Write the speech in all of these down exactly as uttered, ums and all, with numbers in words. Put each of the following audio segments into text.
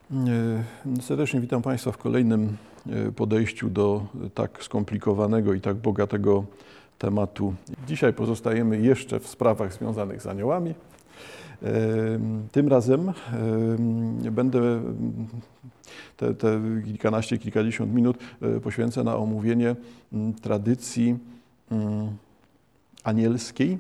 Serdecznie witam Państwa w kolejnym podejściu do tak skomplikowanego i tak bogatego tematu. Dzisiaj pozostajemy jeszcze w sprawach związanych z aniołami. Tym razem będę te, te kilkanaście, kilkadziesiąt minut poświęcę na omówienie tradycji anielskiej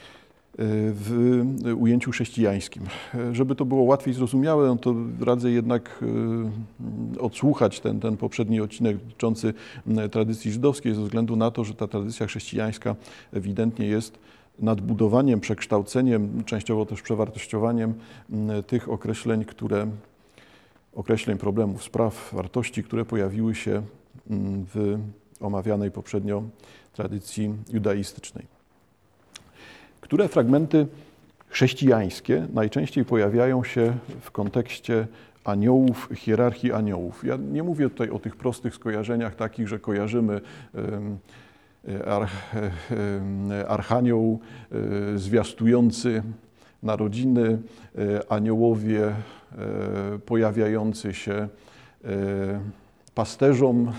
w ujęciu chrześcijańskim. Żeby to było łatwiej zrozumiałe, no to radzę jednak odsłuchać ten, ten poprzedni odcinek dotyczący tradycji żydowskiej, ze względu na to, że ta tradycja chrześcijańska ewidentnie jest nadbudowaniem, przekształceniem, częściowo też przewartościowaniem tych określeń, które, określeń problemów, spraw, wartości, które pojawiły się w omawianej poprzednio tradycji judaistycznej. Które fragmenty chrześcijańskie najczęściej pojawiają się w kontekście aniołów, hierarchii aniołów? Ja nie mówię tutaj o tych prostych skojarzeniach takich, że kojarzymy arch, archanioł zwiastujący narodziny, aniołowie pojawiający się pasterzom,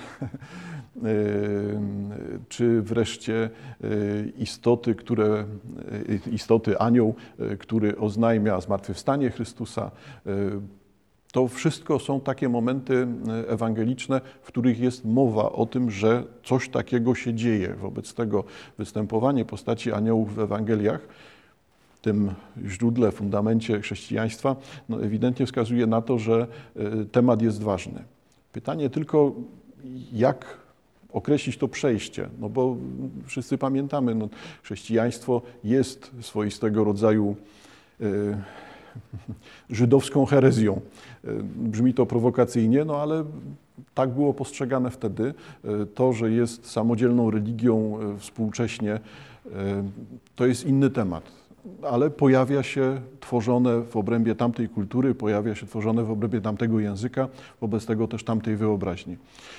czy wreszcie istoty, które, istoty anioł, który oznajmia zmartwychwstanie Chrystusa. To wszystko są takie momenty ewangeliczne, w których jest mowa o tym, że coś takiego się dzieje. Wobec tego występowanie postaci aniołów w Ewangeliach, tym źródle, fundamencie chrześcijaństwa, no ewidentnie wskazuje na to, że temat jest ważny. Pytanie tylko, jak określić to przejście, no bo wszyscy pamiętamy, no, chrześcijaństwo jest swoistego rodzaju y, żydowską herezją. Y, brzmi to prowokacyjnie, no ale tak było postrzegane wtedy. Y, to, że jest samodzielną religią y, współcześnie, y, to jest inny temat. Ale pojawia się tworzone w obrębie tamtej kultury, pojawia się tworzone w obrębie tamtego języka, wobec tego też tamtej wyobraźni.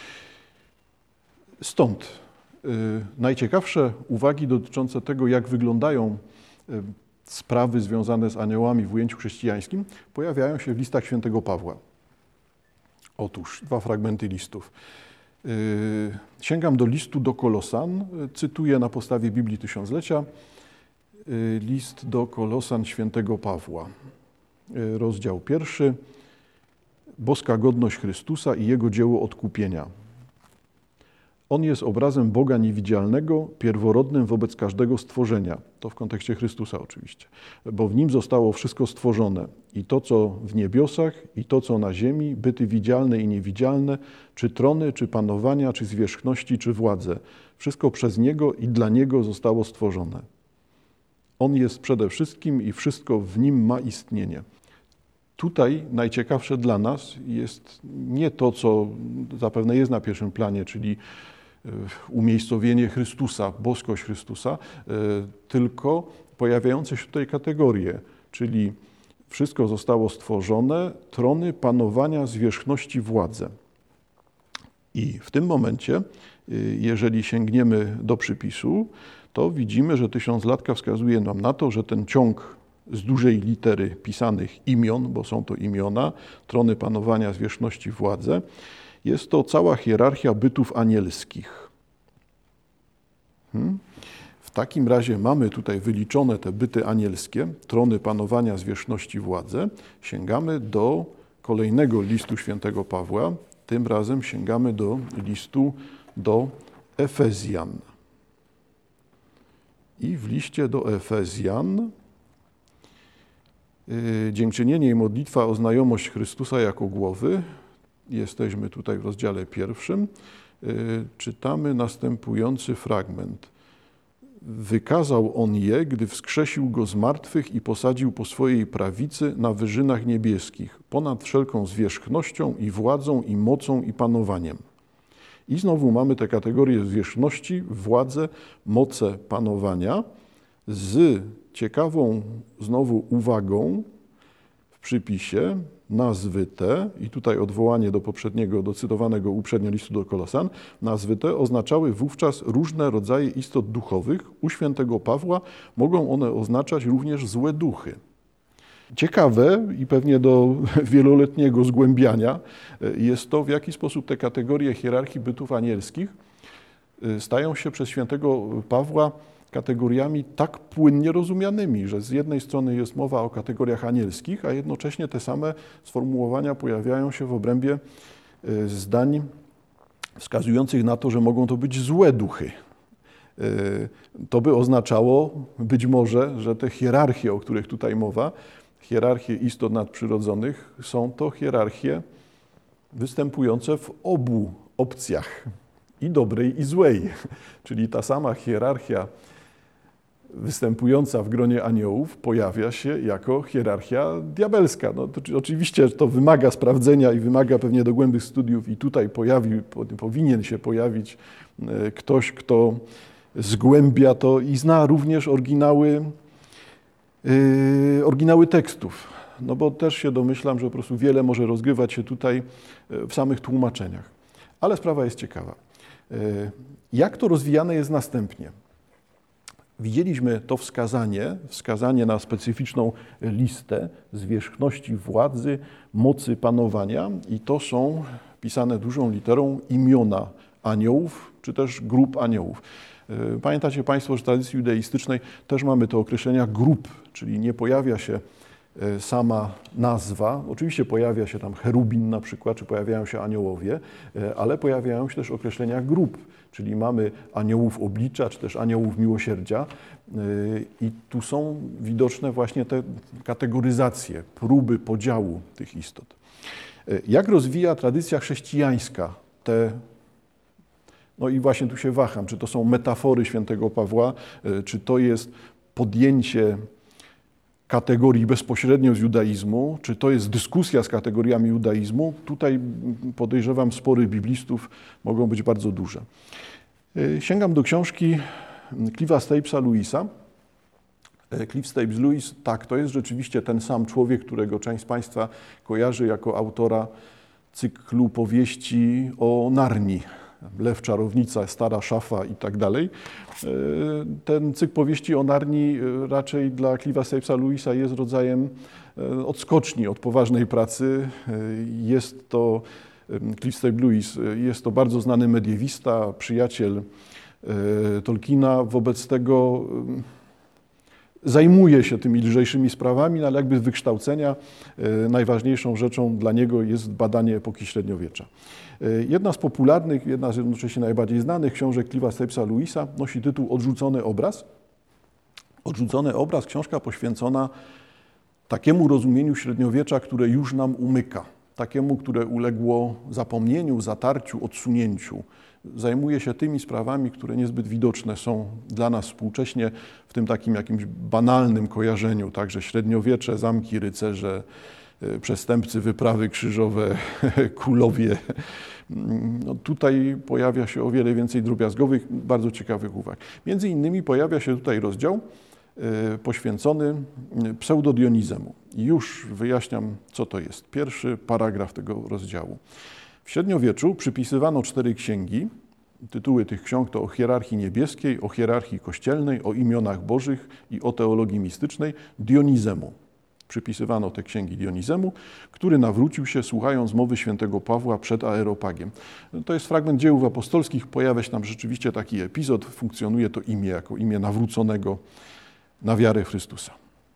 Stąd y, najciekawsze uwagi dotyczące tego, jak wyglądają y, sprawy związane z aniołami w ujęciu chrześcijańskim, pojawiają się w listach świętego Pawła. Otóż dwa fragmenty listów. Y, sięgam do listu do Kolosan, y, cytuję na podstawie Biblii Tysiąclecia, y, list do Kolosan świętego Pawła, y, rozdział pierwszy, boska godność Chrystusa i Jego dzieło odkupienia. On jest obrazem Boga niewidzialnego, pierworodnym wobec każdego stworzenia. To w kontekście Chrystusa oczywiście. Bo w Nim zostało wszystko stworzone. I to, co w niebiosach, i to, co na ziemi, byty widzialne i niewidzialne, czy trony, czy panowania, czy zwierzchności, czy władze. Wszystko przez Niego i dla Niego zostało stworzone. On jest przede wszystkim i wszystko w Nim ma istnienie. Tutaj najciekawsze dla nas jest nie to, co zapewne jest na pierwszym planie, czyli umiejscowienie Chrystusa, boskość Chrystusa, tylko pojawiające się tutaj kategorie, czyli wszystko zostało stworzone, trony, panowania, zwierzchności, władze. I w tym momencie, jeżeli sięgniemy do przypisu, to widzimy, że tysiąclatka wskazuje nam na to, że ten ciąg z dużej litery pisanych imion, bo są to imiona, trony, panowania, zwierzchności, władze, jest to cała hierarchia bytów anielskich. Hmm? W takim razie mamy tutaj wyliczone te byty anielskie, trony, panowania, zwierzchności, władze. Sięgamy do kolejnego listu świętego Pawła. Tym razem sięgamy do listu do Efezjan. I w liście do Efezjan yy, dziękczynienie i modlitwa o znajomość Chrystusa jako głowy. Jesteśmy tutaj w rozdziale pierwszym. Czytamy następujący fragment. Wykazał On je, gdy wskrzesił Go z martwych i posadził po swojej prawicy na wyżynach niebieskich, ponad wszelką zwierzchnością i władzą i mocą i panowaniem. I znowu mamy te kategorie zwierzchności, władze, moce, panowania z ciekawą znowu uwagą w przypisie, nazwy te, i tutaj odwołanie do poprzedniego, do cytowanego uprzednio listu do Kolosan, nazwy te oznaczały wówczas różne rodzaje istot duchowych. U świętego Pawła mogą one oznaczać również złe duchy. Ciekawe i pewnie do wieloletniego zgłębiania jest to, w jaki sposób te kategorie hierarchii bytów anielskich stają się przez świętego Pawła kategoriami tak płynnie rozumianymi, że z jednej strony jest mowa o kategoriach anielskich, a jednocześnie te same sformułowania pojawiają się w obrębie zdań wskazujących na to, że mogą to być złe duchy. To by oznaczało być może, że te hierarchie, o których tutaj mowa, hierarchie istot nadprzyrodzonych, są to hierarchie występujące w obu opcjach, i dobrej, i złej. Czyli ta sama hierarchia występująca w gronie aniołów pojawia się jako hierarchia diabelska. No, to, oczywiście to wymaga sprawdzenia i wymaga pewnie dogłębnych studiów i tutaj pojawi, powinien się pojawić ktoś, kto zgłębia to i zna również oryginały, yy, oryginały tekstów. No bo też się domyślam, że po prostu wiele może rozgrywać się tutaj w samych tłumaczeniach. Ale sprawa jest ciekawa. Jak to rozwijane jest następnie? Widzieliśmy to wskazanie, wskazanie na specyficzną listę zwierzchności władzy, mocy panowania i to są pisane dużą literą imiona aniołów, czy też grup aniołów. Pamiętacie Państwo, że w tradycji judaistycznej też mamy te określenia grup, czyli nie pojawia się sama nazwa. Oczywiście pojawia się tam cherubin na przykład, czy pojawiają się aniołowie, ale pojawiają się też określenia grup, czyli mamy aniołów oblicza, czy też aniołów miłosierdzia i tu są widoczne właśnie te kategoryzacje, próby podziału tych istot. Jak rozwija tradycja chrześcijańska te, no i właśnie tu się waham, czy to są metafory świętego Pawła, czy to jest podjęcie kategorii bezpośrednio z judaizmu, czy to jest dyskusja z kategoriami judaizmu, tutaj podejrzewam spory biblistów mogą być bardzo duże. Sięgam do książki Cliva Stapesa Lewisa. Cliff Stapes Lewis, tak, to jest rzeczywiście ten sam człowiek, którego część z Państwa kojarzy jako autora cyklu powieści o Narni. Lew, czarownica, stara szafa i tak dalej. Ten cykl powieści o Narni raczej dla Cliva Stapesa Lewisa jest rodzajem odskoczni od poważnej pracy. Jest to, Cliff Stapes Lewis, jest to bardzo znany mediewista, przyjaciel Tolkiena, wobec tego zajmuje się tymi lżejszymi sprawami, no ale jakby z wykształcenia najważniejszą rzeczą dla niego jest badanie epoki średniowiecza. Jedna z popularnych, jedna z jednocześnie najbardziej znanych książek Cliva Stapesa Lewisa nosi tytuł Odrzucony obraz. Odrzucony obraz, książka poświęcona takiemu rozumieniu średniowiecza, które już nam umyka, takiemu, które uległo zapomnieniu, zatarciu, odsunięciu. Zajmuje się tymi sprawami, które niezbyt widoczne są dla nas współcześnie w tym takim jakimś banalnym kojarzeniu, także średniowiecze, zamki, rycerze, przestępcy, wyprawy krzyżowe, kulowie. No tutaj pojawia się o wiele więcej drobiazgowych, bardzo ciekawych uwag. Między innymi pojawia się tutaj rozdział poświęcony pseudodionizemu. I już wyjaśniam, co to jest. Pierwszy paragraf tego rozdziału. W średniowieczu przypisywano cztery księgi. Tytuły tych ksiąg to o hierarchii niebieskiej, o hierarchii kościelnej, o imionach bożych i o teologii mistycznej Dionizemu. Przypisywano te księgi Dionizemu, który nawrócił się słuchając mowy świętego Pawła przed Areopagiem. To jest fragment Dziejów Apostolskich, pojawia się tam rzeczywiście taki epizod, funkcjonuje to imię jako imię nawróconego na wiarę Chrystusa.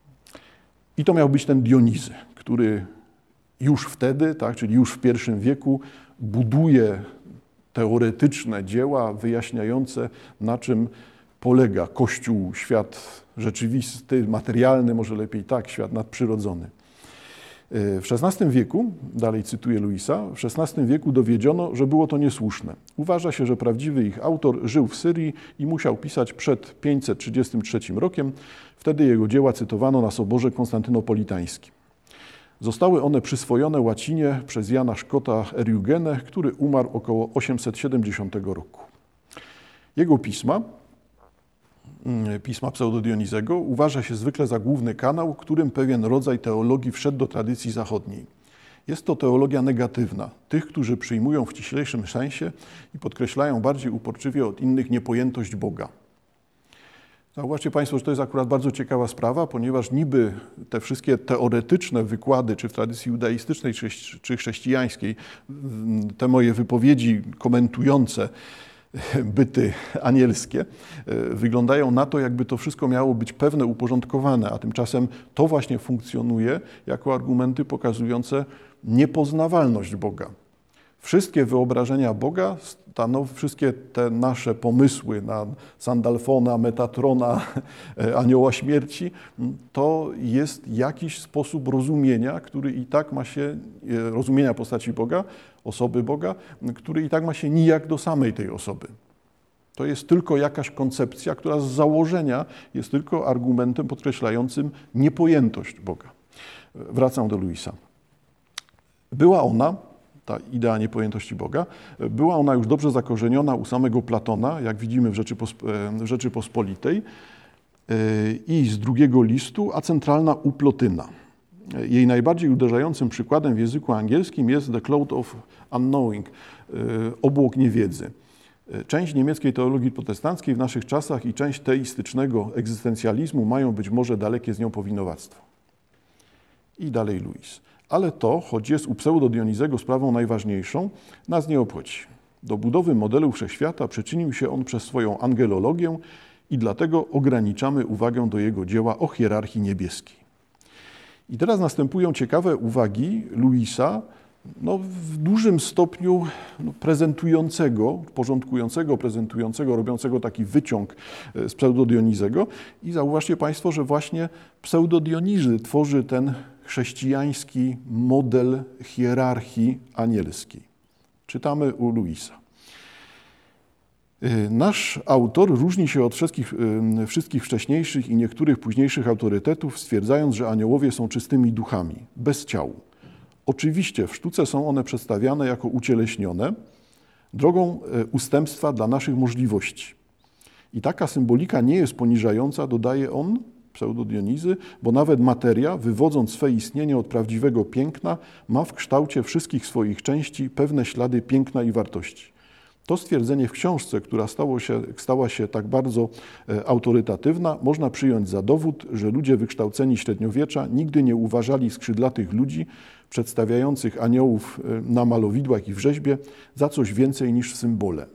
I to miał być ten Dionizy, który już wtedy, tak, czyli już w pierwszym wieku buduje teoretyczne dzieła wyjaśniające, na czym polega Kościół, świat rzeczywisty, materialny, może lepiej tak, świat nadprzyrodzony. W szesnastym wieku, dalej cytuję Lewisa, w szesnastym wieku dowiedziono, że było to niesłuszne. Uważa się, że prawdziwy ich autor żył w Syrii i musiał pisać przed pięćset trzydziestym trzecim rokiem. Wtedy jego dzieła cytowano na Soborze Konstantynopolitańskim. Zostały one przyswojone łacinie przez Jana Szkota Eriugenę, który umarł około osiemset siedemdziesiątego roku. Jego pisma, pisma pseudodionizego, uważa się zwykle za główny kanał, którym pewien rodzaj teologii wszedł do tradycji zachodniej. Jest to teologia negatywna, tych, którzy przyjmują w ściślejszym sensie i podkreślają bardziej uporczywie od innych niepojętość Boga. Zauważcie Państwo, że to jest akurat bardzo ciekawa sprawa, ponieważ niby te wszystkie teoretyczne wykłady, czy w tradycji judaistycznej, czy, czy chrześcijańskiej, te moje wypowiedzi komentujące byty anielskie, wyglądają na to, jakby to wszystko miało być pewne, uporządkowane, a tymczasem to właśnie funkcjonuje jako argumenty pokazujące niepoznawalność Boga. Wszystkie wyobrażenia Boga, stanow, wszystkie te nasze pomysły na Sandalfona, Metatrona, anioła śmierci, to jest jakiś sposób rozumienia, który i tak ma się, rozumienia postaci Boga, osoby Boga, który i tak ma się nijak do samej tej osoby. To jest tylko jakaś koncepcja, która z założenia jest tylko argumentem podkreślającym niepojętość Boga. Wracam do Lewisa. Była ona, ta idea niepojętości Boga, była ona już dobrze zakorzeniona u samego Platona, jak widzimy w, Rzeczyposp- w Rzeczypospolitej i z drugiego listu, a centralna u Plotyna. Jej najbardziej uderzającym przykładem w języku angielskim jest The Cloud of Unknowing, obłok niewiedzy. Część niemieckiej teologii protestanckiej w naszych czasach i część teistycznego egzystencjalizmu mają być może dalekie z nią powinowactwo. I dalej Lewis. Ale to, choć jest u pseudo-Dionizego sprawą najważniejszą, nas nie obchodzi. Do budowy modelu wszechświata przyczynił się on przez swoją angelologię i dlatego ograniczamy uwagę do jego dzieła o hierarchii niebieskiej. I teraz następują ciekawe uwagi Lewisa, no, w dużym stopniu no, prezentującego, porządkującego, prezentującego, robiącego taki wyciąg z pseudo-Dionizego. I zauważcie Państwo, że właśnie pseudo-Dionizy tworzy ten chrześcijański model hierarchii anielskiej. Czytamy u Lewisa. Nasz autor różni się od wszystkich, wszystkich wcześniejszych i niektórych późniejszych autorytetów, stwierdzając, że aniołowie są czystymi duchami, bez ciał. Oczywiście w sztuce są one przedstawiane jako ucieleśnione, drogą ustępstwa dla naszych możliwości. I taka symbolika nie jest poniżająca, dodaje on, pseudo-Dionizy, bo nawet materia, wywodząc swe istnienie od prawdziwego piękna, ma w kształcie wszystkich swoich części pewne ślady piękna i wartości. To stwierdzenie w książce, która stało się, stała się tak bardzo autorytatywna, można przyjąć za dowód, że ludzie wykształceni średniowiecza nigdy nie uważali skrzydlatych ludzi przedstawiających aniołów na malowidłach i w rzeźbie za coś więcej niż symbole.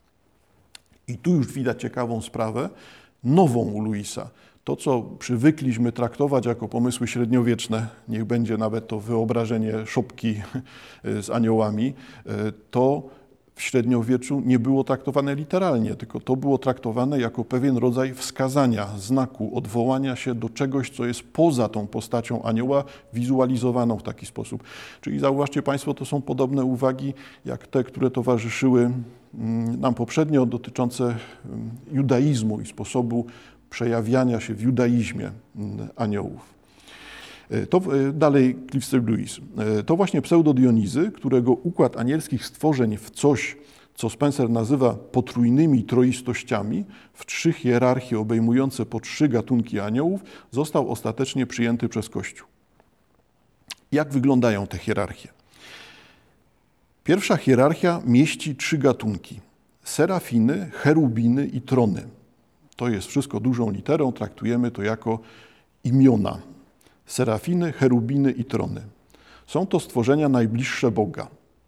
I tu już widać ciekawą sprawę, nową u Lewisa. To, co przywykliśmy traktować jako pomysły średniowieczne, niech będzie nawet to wyobrażenie szopki z aniołami, to w średniowieczu nie było traktowane literalnie, tylko to było traktowane jako pewien rodzaj wskazania, znaku, odwołania się do czegoś, co jest poza tą postacią anioła, wizualizowaną w taki sposób. Czyli zauważcie Państwo, to są podobne uwagi, jak te, które towarzyszyły nam poprzednio, dotyczące judaizmu i sposobu przejawiania się w judaizmie aniołów. To dalej Clifford Lewis. To właśnie pseudo-Dionizy, którego układ anielskich stworzeń w coś, co Spencer nazywa potrójnymi troistościami, w trzy hierarchie obejmujące po trzy gatunki aniołów, został ostatecznie przyjęty przez Kościół. Jak wyglądają te hierarchie? Pierwsza hierarchia mieści trzy gatunki. Serafiny, cherubiny i trony. To jest wszystko dużą literą, traktujemy to jako imiona. Serafiny, cherubiny i trony. Są to stworzenia najbliższe Boga.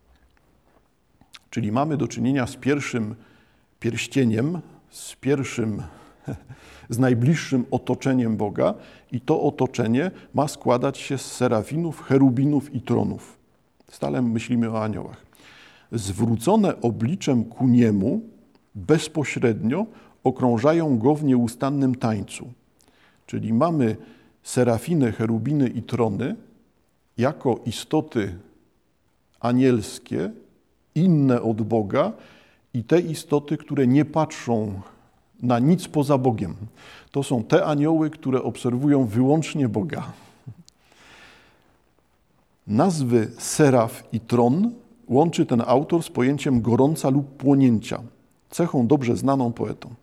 Czyli mamy do czynienia z pierwszym pierścieniem, z pierwszym, z najbliższym otoczeniem Boga i to otoczenie ma składać się z serafinów, cherubinów i tronów. Stale myślimy o aniołach. Zwrócone obliczem ku niemu bezpośrednio okrążają go w nieustannym tańcu. Czyli mamy serafiny, cherubiny i trony jako istoty anielskie, inne od Boga i te istoty, które nie patrzą na nic poza Bogiem. To są te anioły, które obserwują wyłącznie Boga. Nazwy seraf i tron łączy ten autor z pojęciem gorąca lub płonięcia, cechą dobrze znaną poetom.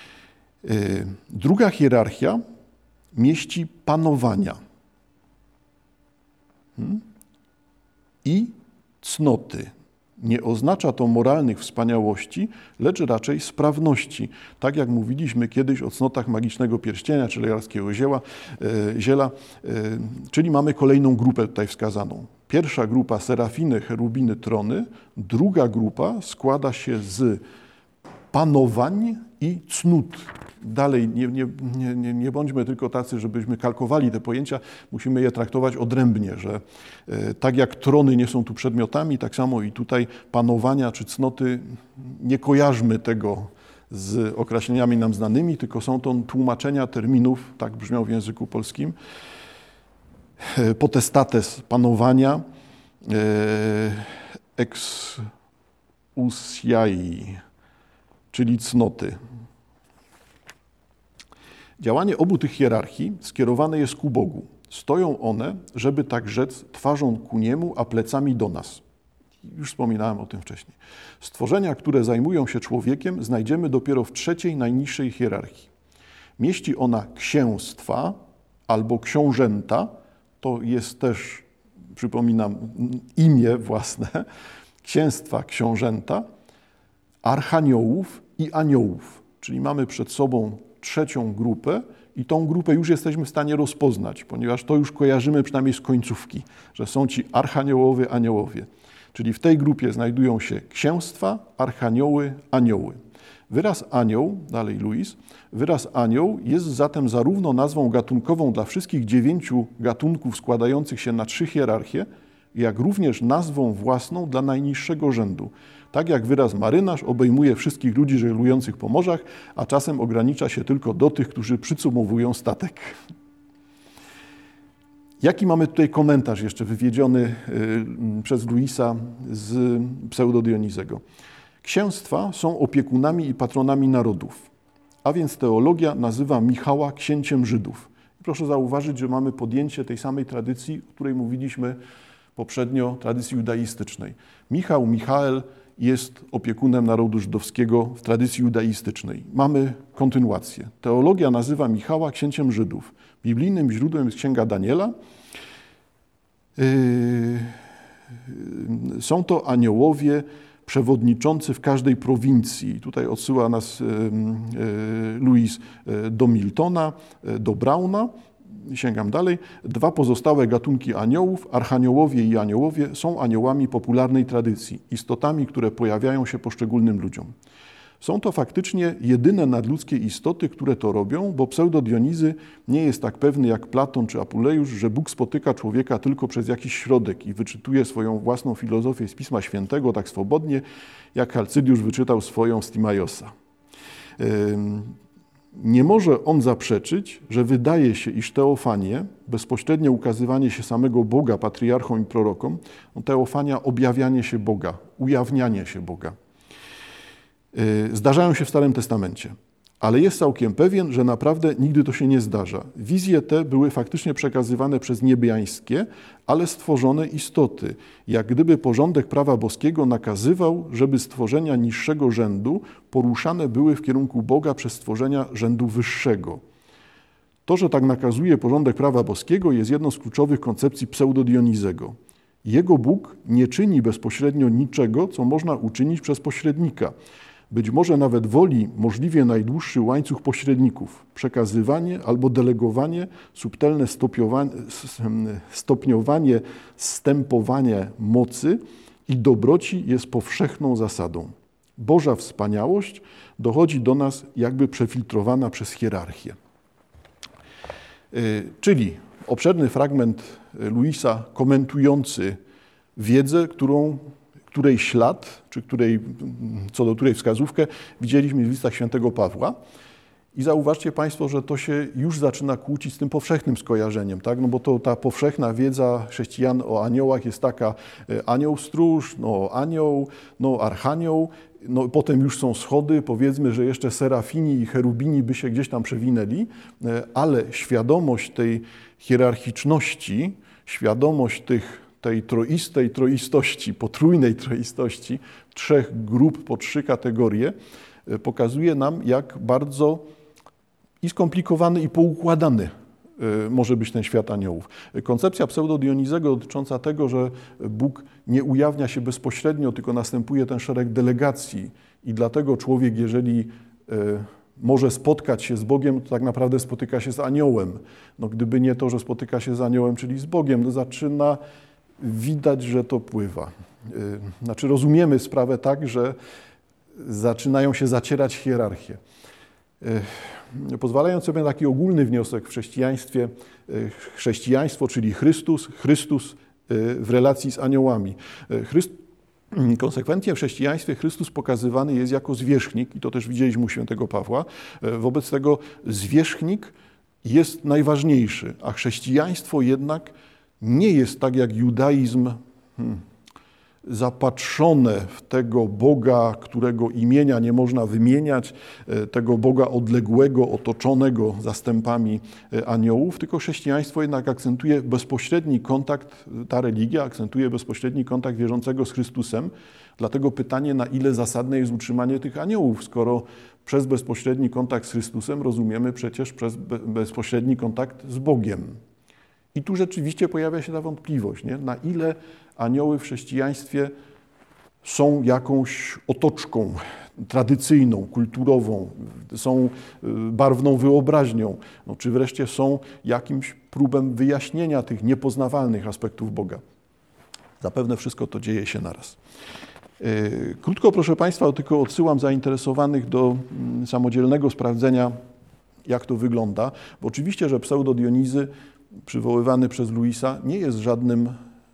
Druga hierarchia mieści panowania hmm? i cnoty. Nie oznacza to moralnych wspaniałości, lecz raczej sprawności. Tak jak mówiliśmy kiedyś o cnotach magicznego pierścienia, czy lejarskiego zieła, e, ziela, e, czyli mamy kolejną grupę tutaj wskazaną. Pierwsza grupa serafiny, cherubiny, trony, druga grupa składa się z panowań i cnót. Dalej, nie, nie, nie, nie bądźmy tylko tacy, żebyśmy kalkowali te pojęcia, musimy je traktować odrębnie, że e, tak jak trony nie są tu przedmiotami, tak samo i tutaj panowania czy cnoty, nie kojarzmy tego z określeniami nam znanymi, tylko są to tłumaczenia terminów, tak brzmią w języku polskim. E, potestates panowania, e, ex usiai, czyli cnoty. Działanie obu tych hierarchii skierowane jest ku Bogu. Stoją one, żeby tak rzec, twarzą ku Niemu, a plecami do nas. Już wspominałem o tym wcześniej. Stworzenia, które zajmują się człowiekiem, znajdziemy dopiero w trzeciej, najniższej hierarchii. Mieści ona księstwa albo książęta, to jest też, przypominam, imię własne, księstwa, książęta, archaniołów i aniołów. Czyli mamy przed sobą trzecią grupę i tą grupę już jesteśmy w stanie rozpoznać, ponieważ to już kojarzymy przynajmniej z końcówki, że są ci archaniołowie, aniołowie. Czyli w tej grupie znajdują się księstwa, archanioły, anioły. Wyraz anioł, dalej Louis, wyraz anioł jest zatem zarówno nazwą gatunkową dla wszystkich dziewięciu gatunków składających się na trzy hierarchie, jak również nazwą własną dla najniższego rzędu. Tak jak wyraz marynarz obejmuje wszystkich ludzi żeglujących po morzach, a czasem ogranicza się tylko do tych, którzy przycumowują statek. Jaki mamy tutaj komentarz jeszcze wywiedziony przez Louisa z Pseudodionizego? Księstwa są opiekunami i patronami narodów, a więc teologia nazywa Michała księciem Żydów. Proszę zauważyć, że mamy podjęcie tej samej tradycji, o której mówiliśmy poprzednio, tradycji judaistycznej. Michał, Michael jest opiekunem narodu żydowskiego w tradycji judaistycznej. Mamy kontynuację. Teologia nazywa Michała księciem Żydów. Biblijnym źródłem jest Księga Daniela. Yy, są to aniołowie przewodniczący w każdej prowincji. Tutaj odsyła nas yy, yy, Louis yy, do Miltona, yy, do Brauna. Sięgam dalej. Dwa pozostałe gatunki aniołów, archaniołowie i aniołowie, są aniołami popularnej tradycji, istotami, które pojawiają się poszczególnym ludziom. Są to faktycznie jedyne nadludzkie istoty, które to robią, bo Pseudodionizy nie jest tak pewny jak Platon czy Apuleiusz, że Bóg spotyka człowieka tylko przez jakiś środek i wyczytuje swoją własną filozofię z Pisma Świętego tak swobodnie, jak Halcydiusz wyczytał swoją z Timajosa. Nie może on zaprzeczyć, że wydaje się, iż teofanie, bezpośrednie ukazywanie się samego Boga patriarchom i prorokom, teofania, objawianie się Boga, ujawnianie się Boga, zdarzają się w Starym Testamencie. Ale jest całkiem pewien, że naprawdę nigdy to się nie zdarza. Wizje te były faktycznie przekazywane przez niebiańskie, ale stworzone istoty. Jak gdyby porządek prawa boskiego nakazywał, żeby stworzenia niższego rzędu poruszane były w kierunku Boga przez stworzenia rzędu wyższego. To, że tak nakazuje porządek prawa boskiego, jest jedną z kluczowych koncepcji Pseudodionizego. Jego Bóg nie czyni bezpośrednio niczego, co można uczynić przez pośrednika. Być może nawet woli możliwie najdłuższy łańcuch pośredników, przekazywanie albo delegowanie, subtelne stopniowanie, stępowanie mocy i dobroci jest powszechną zasadą. Boża wspaniałość dochodzi do nas jakby przefiltrowana przez hierarchię. Czyli obszerny fragment Louisa komentujący wiedzę, którą której ślad, czy której, co do której wskazówkę widzieliśmy w listach świętego Pawła. I zauważcie Państwo, że to się już zaczyna kłócić z tym powszechnym skojarzeniem, tak? No bo to ta powszechna wiedza chrześcijan o aniołach jest taka anioł stróż, no anioł, no archanioł, no potem już są schody, powiedzmy, że jeszcze serafini i cherubini by się gdzieś tam przewinęli, ale świadomość tej hierarchiczności, świadomość tych tej troistej troistości, potrójnej troistości, trzech grup po trzy kategorie, pokazuje nam, jak bardzo i skomplikowany, i poukładany może być ten świat aniołów. Koncepcja pseudodionizego dotycząca tego, że Bóg nie ujawnia się bezpośrednio, tylko następuje ten szereg delegacji i dlatego człowiek, jeżeli może spotkać się z Bogiem, to tak naprawdę spotyka się z aniołem. No, gdyby nie to, że spotyka się z aniołem, czyli z Bogiem, to zaczyna widać, że to pływa. Znaczy rozumiemy sprawę tak, że zaczynają się zacierać hierarchie. Pozwalając sobie na taki ogólny wniosek w chrześcijaństwie, chrześcijaństwo, czyli Chrystus, Chrystus w relacji z aniołami. Chryst... Konsekwentnie w chrześcijaństwie Chrystus pokazywany jest jako zwierzchnik, i to też widzieliśmy u świętego Pawła. Wobec tego zwierzchnik jest najważniejszy, a chrześcijaństwo jednak nie jest tak jak judaizm hmm, zapatrzone w tego Boga, którego imienia nie można wymieniać, tego Boga odległego, otoczonego zastępami aniołów, tylko chrześcijaństwo jednak akcentuje bezpośredni kontakt, ta religia akcentuje bezpośredni kontakt wierzącego z Chrystusem. Dlatego pytanie, na ile zasadne jest utrzymanie tych aniołów, skoro przez bezpośredni kontakt z Chrystusem rozumiemy przecież przez bezpośredni kontakt z Bogiem. I tu rzeczywiście pojawia się ta wątpliwość, nie? Na ile anioły w chrześcijaństwie są jakąś otoczką tradycyjną, kulturową, są barwną wyobraźnią, no, czy wreszcie są jakimś próbem wyjaśnienia tych niepoznawalnych aspektów Boga. Zapewne wszystko to dzieje się naraz. Krótko, proszę Państwa, tylko odsyłam zainteresowanych do samodzielnego sprawdzenia, jak to wygląda, bo oczywiście, że pseudodionizy przywoływany przez Luisa nie jest żadnym y,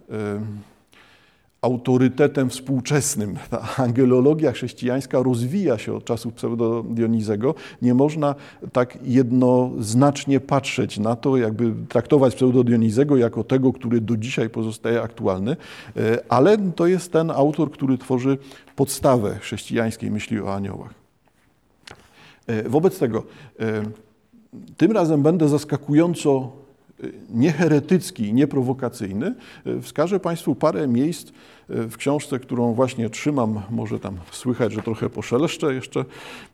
autorytetem współczesnym. Ta angelologia chrześcijańska rozwija się od czasów pseudodionizego. Nie można tak jednoznacznie patrzeć na to, jakby traktować pseudodionizego jako tego, który do dzisiaj pozostaje aktualny, y, ale to jest ten autor, który tworzy podstawę chrześcijańskiej myśli o aniołach. Y, wobec tego y, tym razem będę zaskakująco nie heretycki, nie prowokacyjny. Wskażę Państwu parę miejsc w książce, którą właśnie trzymam. Może tam słychać, że trochę poszeleszczę jeszcze.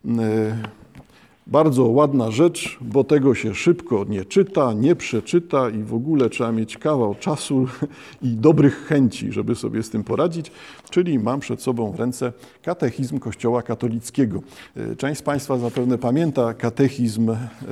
Bardzo ładna rzecz, bo tego się szybko nie czyta, nie przeczyta i w ogóle trzeba mieć kawał czasu i dobrych chęci, żeby sobie z tym poradzić. Czyli mam przed sobą w ręce katechizm Kościoła katolickiego. Część z Państwa zapewne pamięta katechizm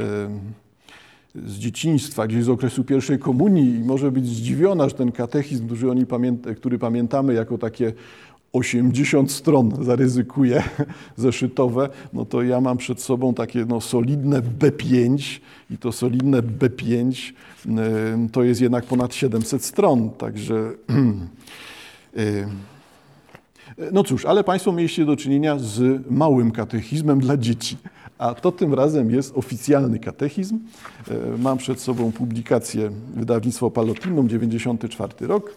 z dzieciństwa, gdzieś z okresu pierwszej komunii i może być zdziwiona, że ten katechizm, który, oni pamięta, który pamiętamy jako takie osiemdziesiąt stron, zaryzykuję, zeszytowe, no to ja mam przed sobą takie no, solidne B pięć i to solidne B pięć y, to jest jednak ponad siedemset stron, także y, no cóż, ale Państwo mieliście do czynienia z małym katechizmem dla dzieci, a to tym razem jest oficjalny katechizm. Mam przed sobą publikację wydawnictwa Palotinum, dziewięćdziesiąty czwarty rok.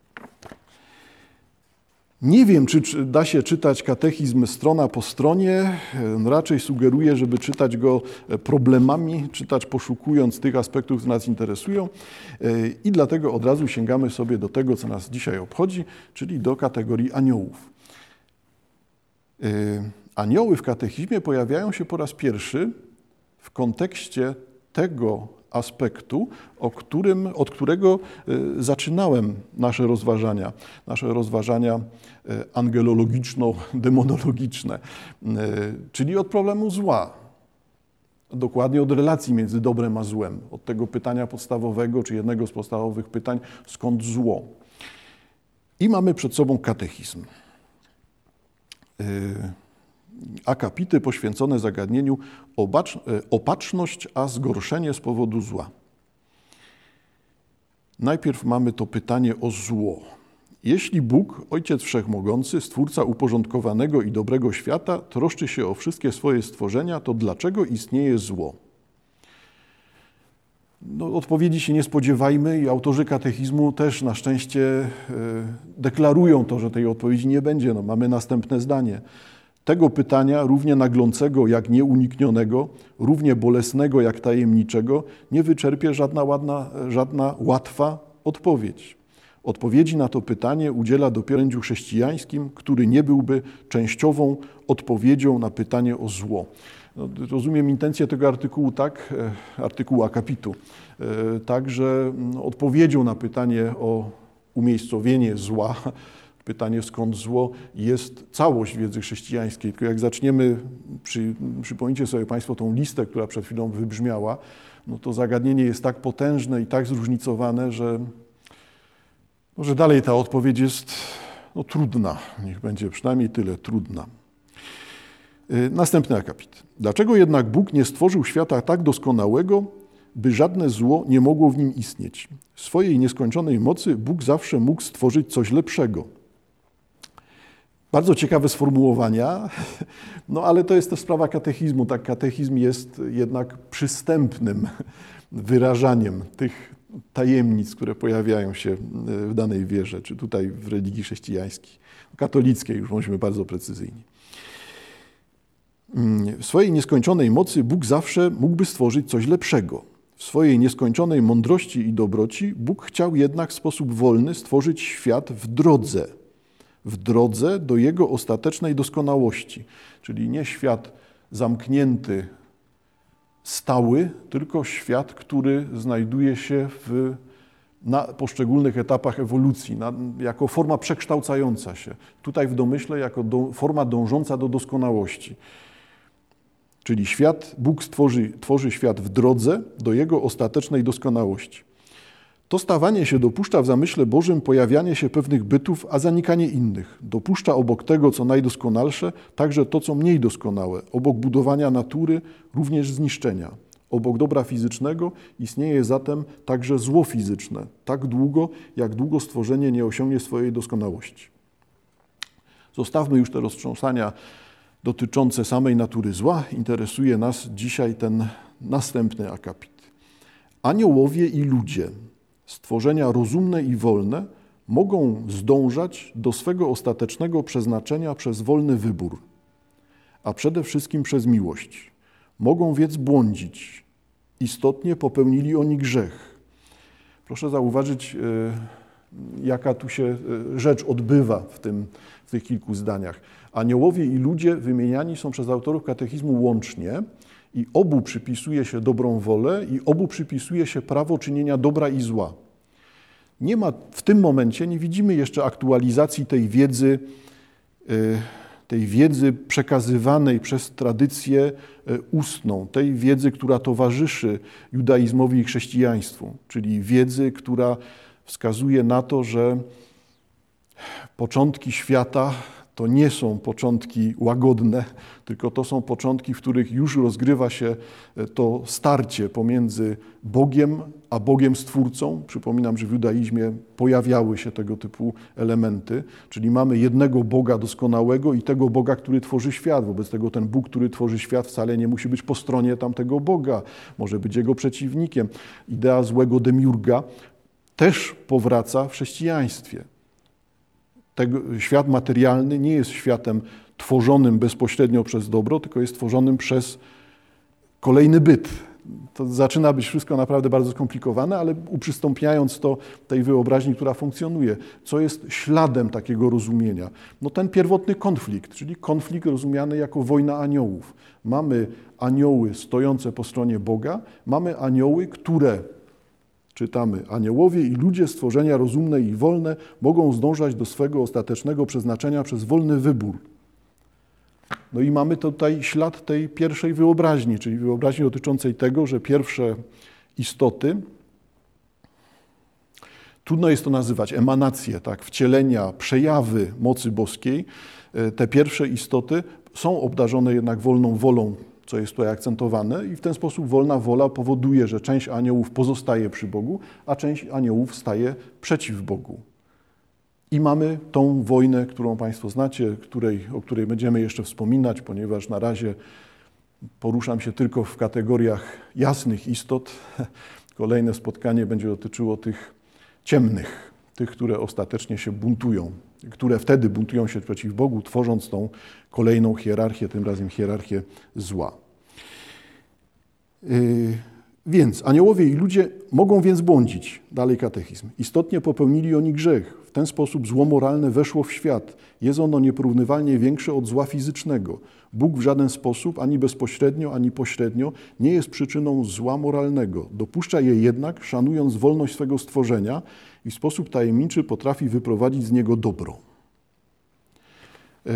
Nie wiem, czy da się czytać katechizm strona po stronie. Raczej sugeruję, żeby czytać go problemami, czytać poszukując tych aspektów, które nas interesują. I dlatego od razu sięgamy sobie do tego, co nas dzisiaj obchodzi, czyli do kategorii aniołów. Anioły w katechizmie pojawiają się po raz pierwszy w kontekście tego aspektu, o którym, od którego zaczynałem nasze rozważania, nasze rozważania angelologiczno-demonologiczne, czyli od problemu zła. Dokładnie od relacji między dobrem a złem, od tego pytania podstawowego, czy jednego z podstawowych pytań, skąd zło. I mamy przed sobą katechizm. Akapity poświęcone zagadnieniu opatrzność, a zgorszenie z powodu zła. Najpierw mamy to pytanie o zło. Jeśli Bóg, Ojciec Wszechmogący, Stwórca uporządkowanego i dobrego świata, troszczy się o wszystkie swoje stworzenia, to dlaczego istnieje zło? No, odpowiedzi się nie spodziewajmy i autorzy katechizmu też na szczęście e, deklarują to, że tej odpowiedzi nie będzie. No, mamy następne zdanie. Tego pytania, równie naglącego jak nieuniknionego, równie bolesnego jak tajemniczego, nie wyczerpie żadna, ładna, żadna łatwa odpowiedź. Odpowiedzi na to pytanie udziela dopiero orędziu chrześcijańskim, który nie byłby częściową odpowiedzią na pytanie o zło. No, rozumiem intencję tego artykułu tak, artykułu akapitu, tak, że odpowiedzią na pytanie o umiejscowienie zła, pytanie skąd zło, jest całość wiedzy chrześcijańskiej. Tylko jak zaczniemy, przy, przypomnijcie sobie Państwo tą listę, która przed chwilą wybrzmiała, no to zagadnienie jest tak potężne i tak zróżnicowane, że, no, że dalej ta odpowiedź jest no, trudna. Niech będzie przynajmniej tyle trudna. Następny akapit. Dlaczego jednak Bóg nie stworzył świata tak doskonałego, by żadne zło nie mogło w nim istnieć? W swojej nieskończonej mocy Bóg zawsze mógł stworzyć coś lepszego. Bardzo ciekawe sformułowania, no ale to jest też sprawa katechizmu. Tak, katechizm jest jednak przystępnym wyrażaniem tych tajemnic, które pojawiają się w danej wierze, czy tutaj w religii chrześcijańskiej, katolickiej już bądźmy bardzo precyzyjni. W swojej nieskończonej mocy Bóg zawsze mógłby stworzyć coś lepszego. W swojej nieskończonej mądrości i dobroci Bóg chciał jednak w sposób wolny stworzyć świat w drodze, w drodze do Jego ostatecznej doskonałości. Czyli nie świat zamknięty, stały, tylko świat, który znajduje się w, na poszczególnych etapach ewolucji, na, jako forma przekształcająca się. Tutaj w domyśle jako do, forma dążąca do doskonałości. Czyli świat, Bóg stworzy, tworzy świat w drodze do Jego ostatecznej doskonałości. To stawanie się dopuszcza w zamyśle Bożym pojawianie się pewnych bytów, a zanikanie innych. Dopuszcza obok tego, co najdoskonalsze, także to, co mniej doskonałe. Obok budowania natury również zniszczenia. Obok dobra fizycznego istnieje zatem także zło fizyczne, tak długo, jak długo stworzenie nie osiągnie swojej doskonałości. Zostawmy już te roztrząsania dotyczące samej natury zła. Interesuje nas dzisiaj ten następny akapit. Aniołowie i ludzie, stworzenia rozumne i wolne, mogą zdążać do swego ostatecznego przeznaczenia przez wolny wybór, a przede wszystkim przez miłość. Mogą więc błądzić. Istotnie popełnili oni grzech. Proszę zauważyć, jaka tu się rzecz odbywa w, tym, w tych kilku zdaniach. Aniołowie i ludzie wymieniani są przez autorów katechizmu łącznie i obu przypisuje się dobrą wolę i obu przypisuje się prawo czynienia dobra i zła. Nie ma w tym momencie, nie widzimy jeszcze aktualizacji tej wiedzy, tej wiedzy przekazywanej przez tradycję ustną, tej wiedzy, która towarzyszy judaizmowi i chrześcijaństwu, czyli wiedzy, która wskazuje na to, że początki świata to nie są początki łagodne, tylko to są początki, w których już rozgrywa się to starcie pomiędzy Bogiem a Bogiem Stwórcą. Przypominam, że w judaizmie pojawiały się tego typu elementy, czyli mamy jednego Boga doskonałego i tego Boga, który tworzy świat. Wobec tego ten Bóg, który tworzy świat, wcale nie musi być po stronie tamtego Boga, może być jego przeciwnikiem. Idea złego demiurga też powraca w chrześcijaństwie. Tego, świat materialny nie jest światem tworzonym bezpośrednio przez dobro, tylko jest tworzonym przez kolejny byt. To zaczyna być wszystko naprawdę bardzo skomplikowane, ale uprzystąpiając to tej wyobraźni, która funkcjonuje. Co jest śladem takiego rozumienia? No ten pierwotny konflikt, czyli konflikt rozumiany jako wojna aniołów. Mamy anioły stojące po stronie Boga, mamy anioły, które... Czytamy, aniołowie i ludzie, stworzenia rozumne i wolne, mogą zdążać do swego ostatecznego przeznaczenia przez wolny wybór. No i mamy tutaj ślad tej pierwszej wyobraźni, czyli wyobraźni dotyczącej tego, że pierwsze istoty, trudno jest to nazywać, emanacje, tak, wcielenia, przejawy mocy boskiej, te pierwsze istoty są obdarzone jednak wolną wolą, co jest tutaj akcentowane, i w ten sposób wolna wola powoduje, że część aniołów pozostaje przy Bogu, a część aniołów staje przeciw Bogu. I mamy tą wojnę, którą Państwo znacie, której, o której będziemy jeszcze wspominać, ponieważ na razie poruszam się tylko w kategoriach jasnych istot. Kolejne spotkanie będzie dotyczyło tych ciemnych, tych, które ostatecznie się buntują, które wtedy buntują się przeciw Bogu, tworząc tą kolejną hierarchię, tym razem hierarchię zła. Więc aniołowie i ludzie mogą więc błądzić, dalej katechizm. Istotnie popełnili oni grzech. W ten sposób zło moralne weszło w świat. Jest ono nieporównywalnie większe od zła fizycznego. Bóg w żaden sposób, ani bezpośrednio, ani pośrednio, nie jest przyczyną zła moralnego. Dopuszcza je jednak, szanując wolność swego stworzenia i w sposób tajemniczy potrafi wyprowadzić z niego dobro. E,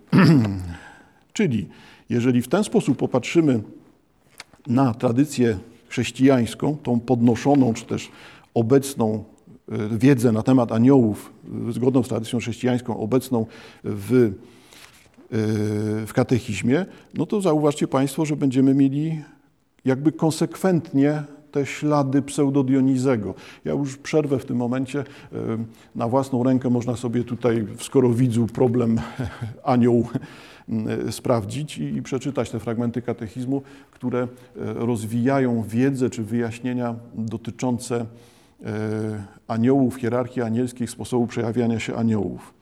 czyli jeżeli w ten sposób popatrzymy na tradycję chrześcijańską, tą podnoszoną, czy też obecną wiedzę na temat aniołów, zgodną z tradycją chrześcijańską, obecną w, w katechizmie, no to zauważcie Państwo, że będziemy mieli jakby konsekwentnie te ślady pseudodionizego. Ja już przerwę w tym momencie. Na własną rękę można sobie tutaj w Skorowidzu problem anioł sprawdzić i przeczytać te fragmenty katechizmu, które rozwijają wiedzę czy wyjaśnienia dotyczące aniołów, hierarchii anielskiej, sposobu przejawiania się aniołów.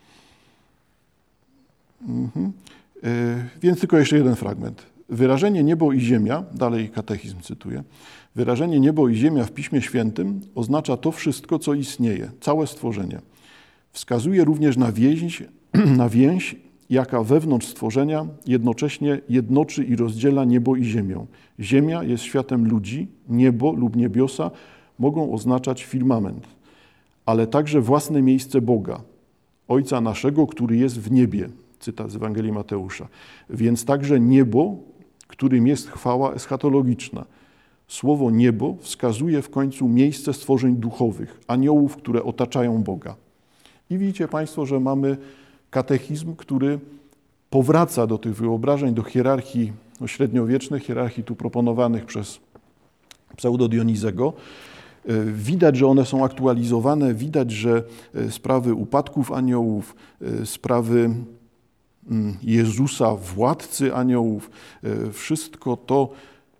Mhm. Więc tylko jeszcze jeden fragment. Wyrażenie niebo i ziemia, dalej katechizm cytuję, wyrażenie niebo i ziemia w Piśmie Świętym oznacza to wszystko, co istnieje, całe stworzenie. Wskazuje również na więź, na więź, jaka wewnątrz stworzenia jednocześnie jednoczy i rozdziela niebo i ziemię. Ziemia jest światem ludzi, niebo lub niebiosa mogą oznaczać firmament, ale także własne miejsce Boga, Ojca naszego, który jest w niebie. Cytat z Ewangelii Mateusza. Więc także niebo, którym jest chwała eschatologiczna. Słowo niebo wskazuje w końcu miejsce stworzeń duchowych, aniołów, które otaczają Boga. I widzicie Państwo, że mamy katechizm, który powraca do tych wyobrażeń, do hierarchii średniowiecznych, hierarchii tu proponowanych przez pseudodionizego. Widać, że one są aktualizowane, widać, że sprawy upadków aniołów, sprawy Jezusa, władcy aniołów, wszystko to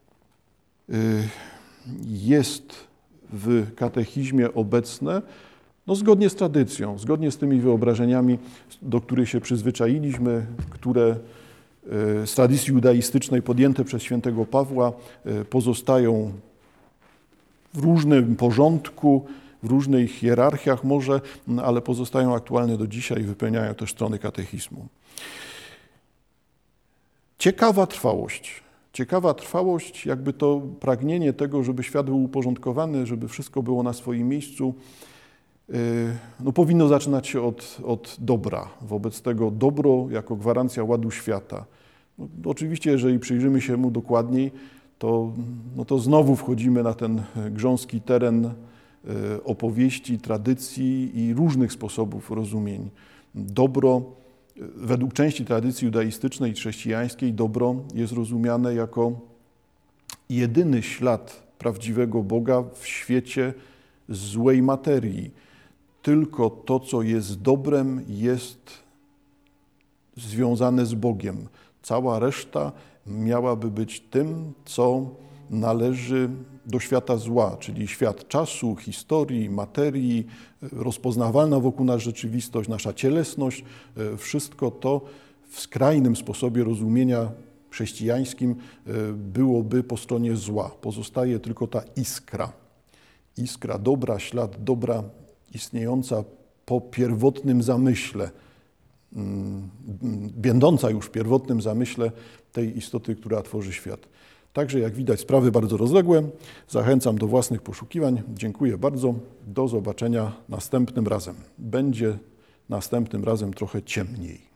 jest w katechizmie obecne, no zgodnie z tradycją, zgodnie z tymi wyobrażeniami, do których się przyzwyczailiśmy, które z tradycji judaistycznej podjęte przez świętego Pawła pozostają w różnym porządku, w różnych hierarchiach może, ale pozostają aktualne do dzisiaj i wypełniają też strony katechizmu. Ciekawa trwałość. Ciekawa trwałość, jakby to pragnienie tego, żeby świat był uporządkowany, żeby wszystko było na swoim miejscu, no powinno zaczynać się od, od dobra. Wobec tego dobro jako gwarancja ładu świata. No, oczywiście, jeżeli przyjrzymy się mu dokładniej, to, no to znowu wchodzimy na ten grząski teren opowieści, tradycji i różnych sposobów rozumień. Dobro, według części tradycji judaistycznej i chrześcijańskiej, dobro jest rozumiane jako jedyny ślad prawdziwego Boga w świecie złej materii. Tylko to, co jest dobrem, jest związane z Bogiem. Cała reszta miałaby być tym, co należy do świata zła, czyli świat czasu, historii, materii, rozpoznawalna wokół nas rzeczywistość, nasza cielesność. Wszystko to w skrajnym sposobie rozumienia chrześcijańskim byłoby po stronie zła. Pozostaje tylko ta iskra. Iskra dobra, ślad dobra, istniejąca po pierwotnym zamyśle, będąca już w pierwotnym zamyśle tej istoty, która tworzy świat. Także jak widać sprawy bardzo rozległe. Zachęcam do własnych poszukiwań. Dziękuję bardzo. Do zobaczenia następnym razem. Będzie następnym razem trochę ciemniej.